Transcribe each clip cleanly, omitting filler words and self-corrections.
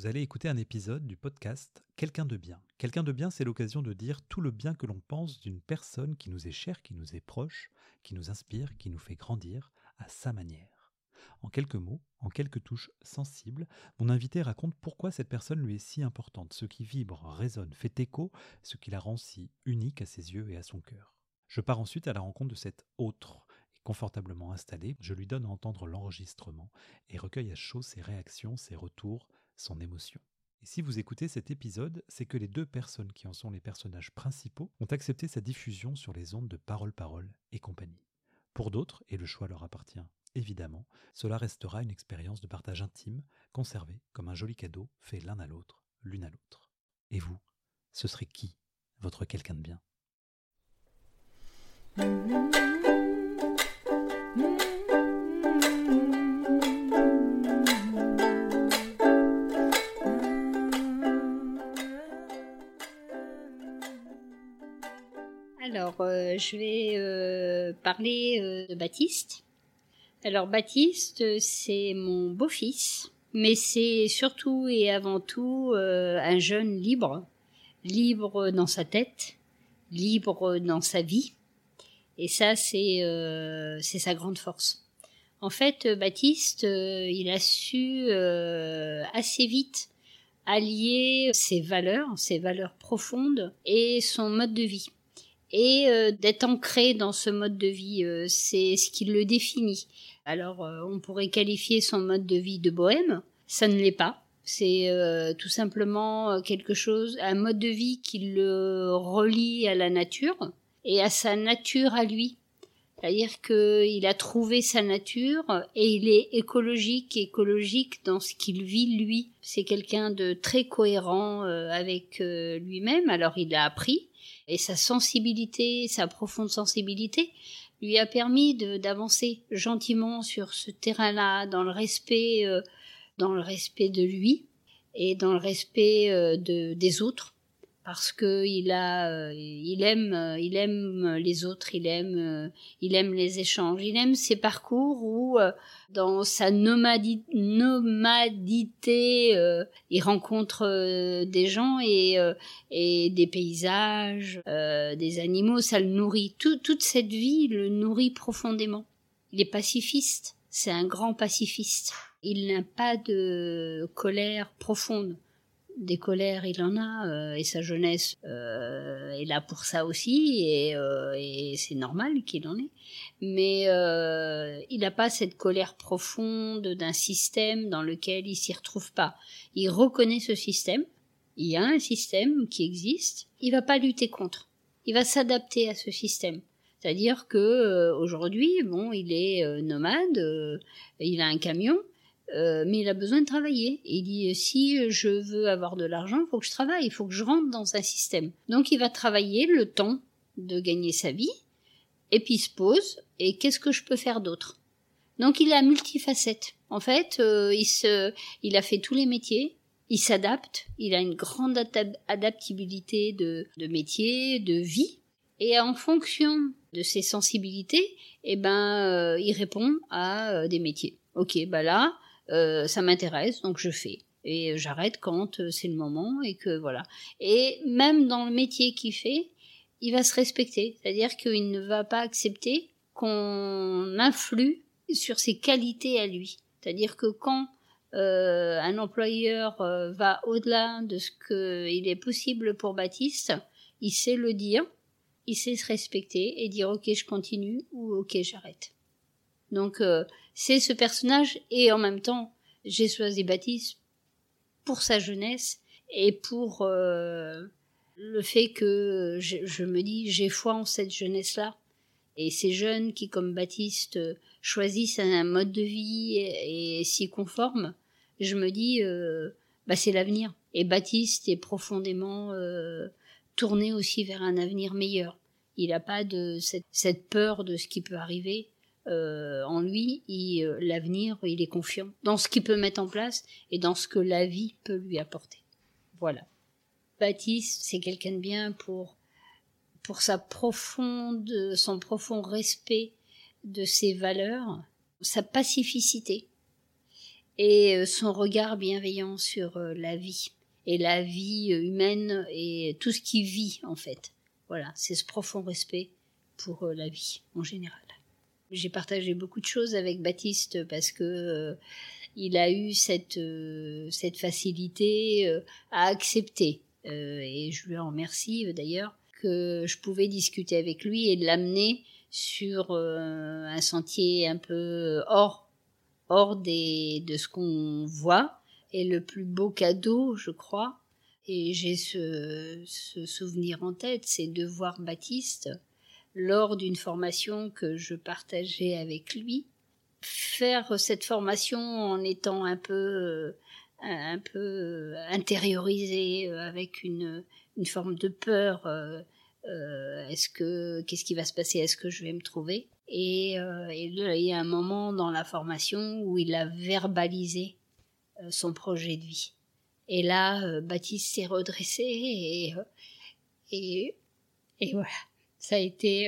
vous allez écouter un épisode du podcast Quelqu'un de bien. Quelqu'un de bien, c'est l'occasion de dire tout le bien que l'on pense d'une personne qui nous est chère, qui nous est proche, qui nous inspire, qui nous fait grandir à sa manière. En quelques mots, en quelques touches sensibles, mon invité raconte pourquoi cette personne lui est si importante, ce qui vibre, résonne, fait écho, ce qui la rend si unique à ses yeux et à son cœur. Je pars ensuite à la rencontre de cet autre. Et confortablement installé, je lui donne à entendre l'enregistrement et recueille à chaud ses réactions, ses retours, son émotion. Et si vous écoutez cet épisode, c'est que les deux personnes qui en sont les personnages principaux ont accepté sa diffusion sur les ondes de Parole et compagnie. Pour d'autres, et le choix leur appartient évidemment, cela restera une expérience de partage intime, conservée comme un joli cadeau fait l'un à l'autre, l'une à l'autre. Et vous, ce serait qui, votre quelqu'un de bien ? Alors, je vais parler de Baptiste. Alors, Baptiste, c'est mon beau-fils, mais c'est surtout et avant tout un jeune libre, libre dans sa tête, libre dans sa vie. Et ça, c'est sa grande force. En fait, Baptiste, il a su assez vite allier ses valeurs profondes et son mode de vie. Et d'être ancré dans ce mode de vie, c'est ce qui le définit. Alors, on pourrait qualifier son mode de vie de bohème, ça ne l'est pas. C'est tout simplement un mode de vie qui le relie à la nature et à sa nature à lui. C'est-à-dire qu'il a trouvé sa nature et il est écologique dans ce qu'il vit lui. C'est quelqu'un de très cohérent avec lui-même. Alors, il a appris. Et sa sensibilité, sa profonde sensibilité, lui a permis d'avancer gentiment sur ce terrain-là, dans le respect de lui et dans le respect des autres, parce que il aime les autres, il aime les échanges, il aime ces parcours où dans sa nomadité, il rencontre des gens et des paysages, des animaux, ça le nourrit. Toute cette vie le nourrit profondément. Il est pacifiste, c'est un grand pacifiste. Il n'a pas de colère profonde. Des colères, il en a, et sa jeunesse est là pour ça aussi, et c'est normal qu'il en ait. Mais il n'a pas cette colère profonde d'un système dans lequel il s'y retrouve pas. Il reconnaît ce système. Il y a un système qui existe. Il va pas lutter contre. Il va s'adapter à ce système. C'est-à-dire que aujourd'hui, il est nomade, il a un camion. Mais il a besoin de travailler. Et il dit, si je veux avoir de l'argent, il faut que je travaille, il faut que je rentre dans un système. Donc il va travailler le temps de gagner sa vie, et puis il se pose, et qu'est-ce que je peux faire d'autre ? Donc il a multifacette. En fait, il a fait tous les métiers, il s'adapte, il a une grande adaptabilité de métier, de vie, et en fonction de ses sensibilités, il répond à des métiers. Ok, là, ça m'intéresse, donc je fais. Et j'arrête quand c'est le moment, et que voilà. Et même dans le métier qu'il fait, il va se respecter. C'est-à-dire qu'il ne va pas accepter qu'on influe sur ses qualités à lui. C'est-à-dire que quand un employeur va au-delà de ce qu'il est possible pour Baptiste, il sait le dire, il sait se respecter et dire ok, je continue ou ok, j'arrête. Donc c'est ce personnage, et en même temps j'ai choisi Baptiste pour sa jeunesse et pour le fait que je me dis j'ai foi en cette jeunesse-là, et ces jeunes qui comme Baptiste choisissent un mode de vie et s'y conforment, je me dis c'est l'avenir, et Baptiste est profondément tourné aussi vers un avenir meilleur. Il n'a pas de cette peur de ce qui peut arriver. En lui, l'avenir, il est confiant dans ce qu'il peut mettre en place et dans ce que la vie peut lui apporter. Voilà. Baptiste, c'est quelqu'un de bien pour son profond respect de ses valeurs, sa pacificité et son regard bienveillant sur la vie et la vie humaine et tout ce qui vit en fait. Voilà, c'est ce profond respect pour la vie en général. J'ai partagé beaucoup de choses avec Baptiste parce que il a eu cette facilité à accepter et je lui en remercie d'ailleurs que je pouvais discuter avec lui et l'amener sur un sentier un peu hors de ce qu'on voit, et le plus beau cadeau, je crois, et j'ai ce souvenir en tête, c'est de voir Baptiste, lors d'une formation que je partageais avec lui, faire cette formation en étant un peu intériorisé, avec une forme de peur. Qu'est-ce qui va se passer? Est-ce que je vais me trouver? Et là, il y a un moment dans la formation où il a verbalisé son projet de vie. Et là, Baptiste s'est redressé et voilà. Ça a été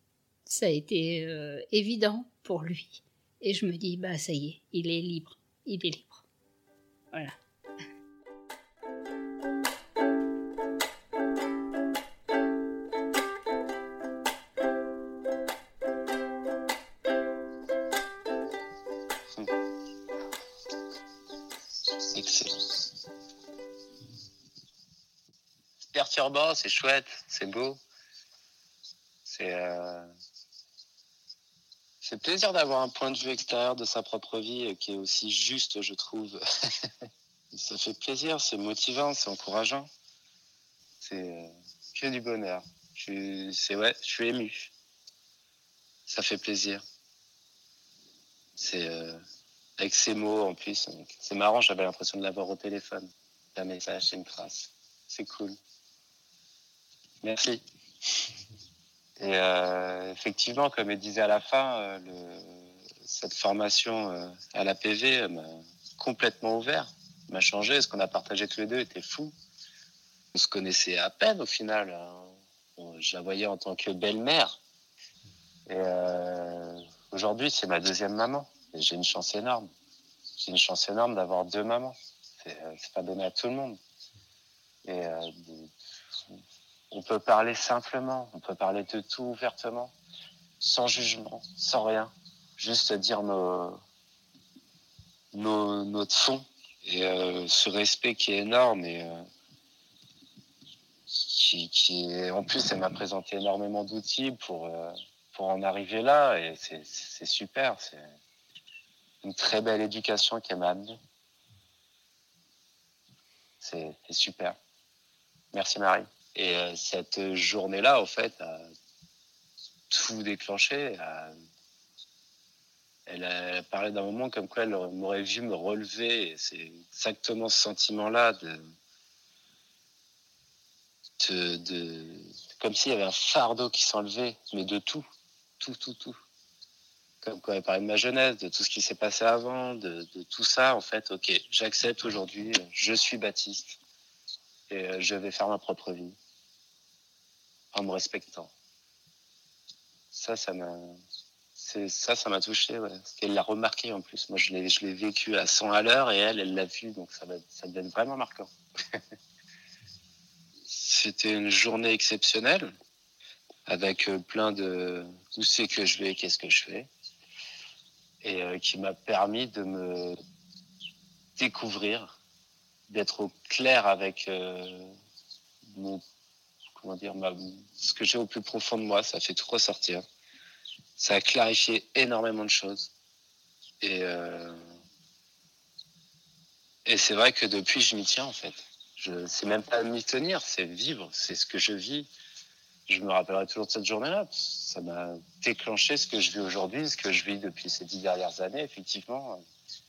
évident pour lui. Et je me dis, bah ça y est, il est libre. Il est libre. Voilà. Excellent. C'est perturbant, c'est chouette, c'est beau. C'est plaisir d'avoir un point de vue extérieur de sa propre vie qui est aussi juste, je trouve. Ça fait plaisir, c'est motivant, c'est encourageant. C'est que du bonheur. Je suis ému. Ça fait plaisir. C'est avec ces mots en plus. C'est marrant, j'avais l'impression de l'avoir au téléphone. Un message, c'est une trace. C'est cool. Merci. Et effectivement, comme il disait à la fin, cette formation à l'APV m'a complètement ouvert, m'a changé. Ce qu'on a partagé tous les deux était fou. On se connaissait à peine au final. Je la voyais en tant que belle-mère. Et aujourd'hui, c'est ma deuxième maman. Et j'ai une chance énorme. J'ai une chance énorme d'avoir 2 mamans. C'est pas donné à tout le monde. Et on peut parler simplement, on peut parler de tout ouvertement, sans jugement, sans rien. Juste dire notre fond et ce respect qui est énorme et qui est, en plus, elle m'a présenté énormément d'outils pour en arriver là, et c'est super. C'est une très belle éducation qu'elle m'a amenée. C'est super. Merci Marie. Et cette journée-là, en fait, a tout déclenché. Elle a parlé d'un moment comme quoi elle m'aurait vu me relever. Et c'est exactement ce sentiment-là comme s'il y avait un fardeau qui s'enlevait, mais de tout. Comme quand elle parlait de ma jeunesse, de tout ce qui s'est passé avant, de tout ça, en fait, ok, j'accepte aujourd'hui, je suis Baptiste et je vais faire ma propre vie en me respectant. Ça m'a touché, ouais. Parce qu'elle l'a remarqué en plus. Moi, je l'ai vécu à 100 à l'heure et elle l'a vu, donc ça devait être vraiment marquant. C'était une journée exceptionnelle avec plein de où c'est que je vais, qu'est-ce que je fais, et qui m'a permis de me découvrir, d'être au clair avec ce que j'ai au plus profond de moi. Ça fait tout ressortir. Ça a clarifié énormément de choses. Et c'est vrai que depuis, je m'y tiens, en fait. C'est même pas m'y tenir, c'est vivre. C'est ce que je vis. Je me rappellerai toujours de cette journée-là. Ça m'a déclenché ce que je vis aujourd'hui, ce que je vis depuis ces 10 dernières années, effectivement.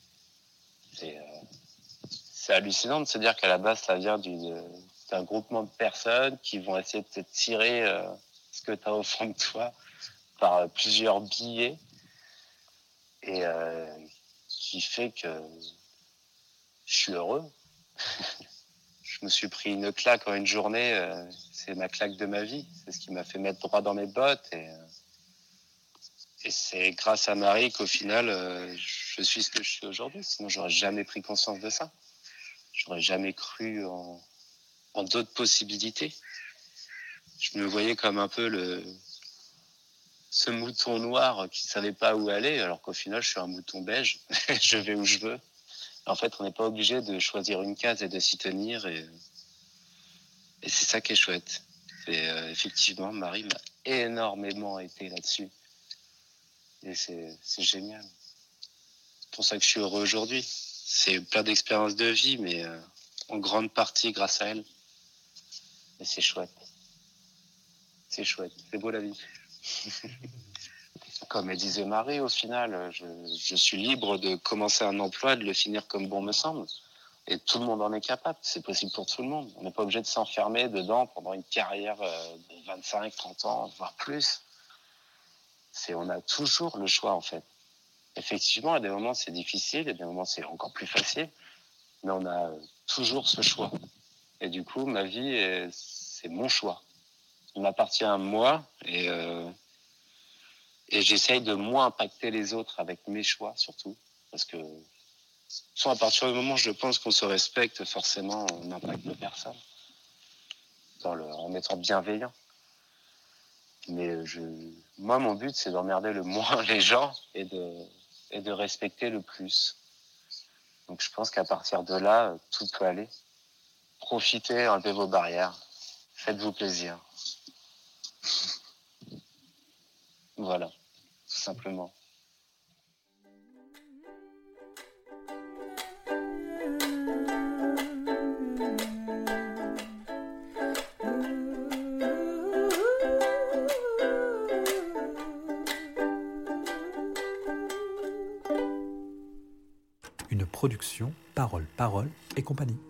C'est hallucinant de se dire qu'à la base, ça vient d'un groupement de personnes qui vont essayer de te tirer ce que tu as au fond de toi par plusieurs billets, et qui fait que je suis heureux. Je me suis pris une claque en une journée, c'est ma claque de ma vie. C'est ce qui m'a fait mettre droit dans mes bottes, et c'est grâce à Marie qu'au final, je suis ce que je suis aujourd'hui. Sinon, j'aurais jamais pris conscience de ça. J'aurais jamais cru en d'autres possibilités. Je me voyais comme un peu ce mouton noir qui savait pas où aller, alors qu'au final, je suis un mouton beige. Je vais où je veux. En fait, on n'est pas obligé de choisir une case et de s'y tenir. Et c'est ça qui est chouette. Et effectivement, Marie m'a énormément aidé là-dessus. Et c'est génial. C'est pour ça que je suis heureux aujourd'hui. C'est plein d'expériences de vie, mais en grande partie grâce à elle. Et c'est chouette. C'est chouette. C'est beau la vie. Comme elle disait Marie, au final, je suis libre de commencer un emploi, de le finir comme bon me semble. Et tout le monde en est capable. C'est possible pour tout le monde. On n'est pas obligé de s'enfermer dedans pendant une carrière de 25, 30 ans, voire plus. On a toujours le choix, en fait. Effectivement, à des moments, c'est difficile, à des moments, c'est encore plus facile. Mais on a toujours ce choix. Et du coup, ma vie, c'est mon choix. Il m'appartient à moi et j'essaye de moins impacter les autres avec mes choix, surtout. Parce que, soit à partir du moment où je pense qu'on se respecte, forcément, on n'impacte personne. En étant bienveillant. Mais moi, mon but, c'est d'emmerder le moins les gens et de respecter le plus. Donc, je pense qu'à partir de là, tout peut aller. Profitez, enlevez vos barrières. Faites-vous plaisir. Voilà, tout simplement. Une production Parole et compagnie.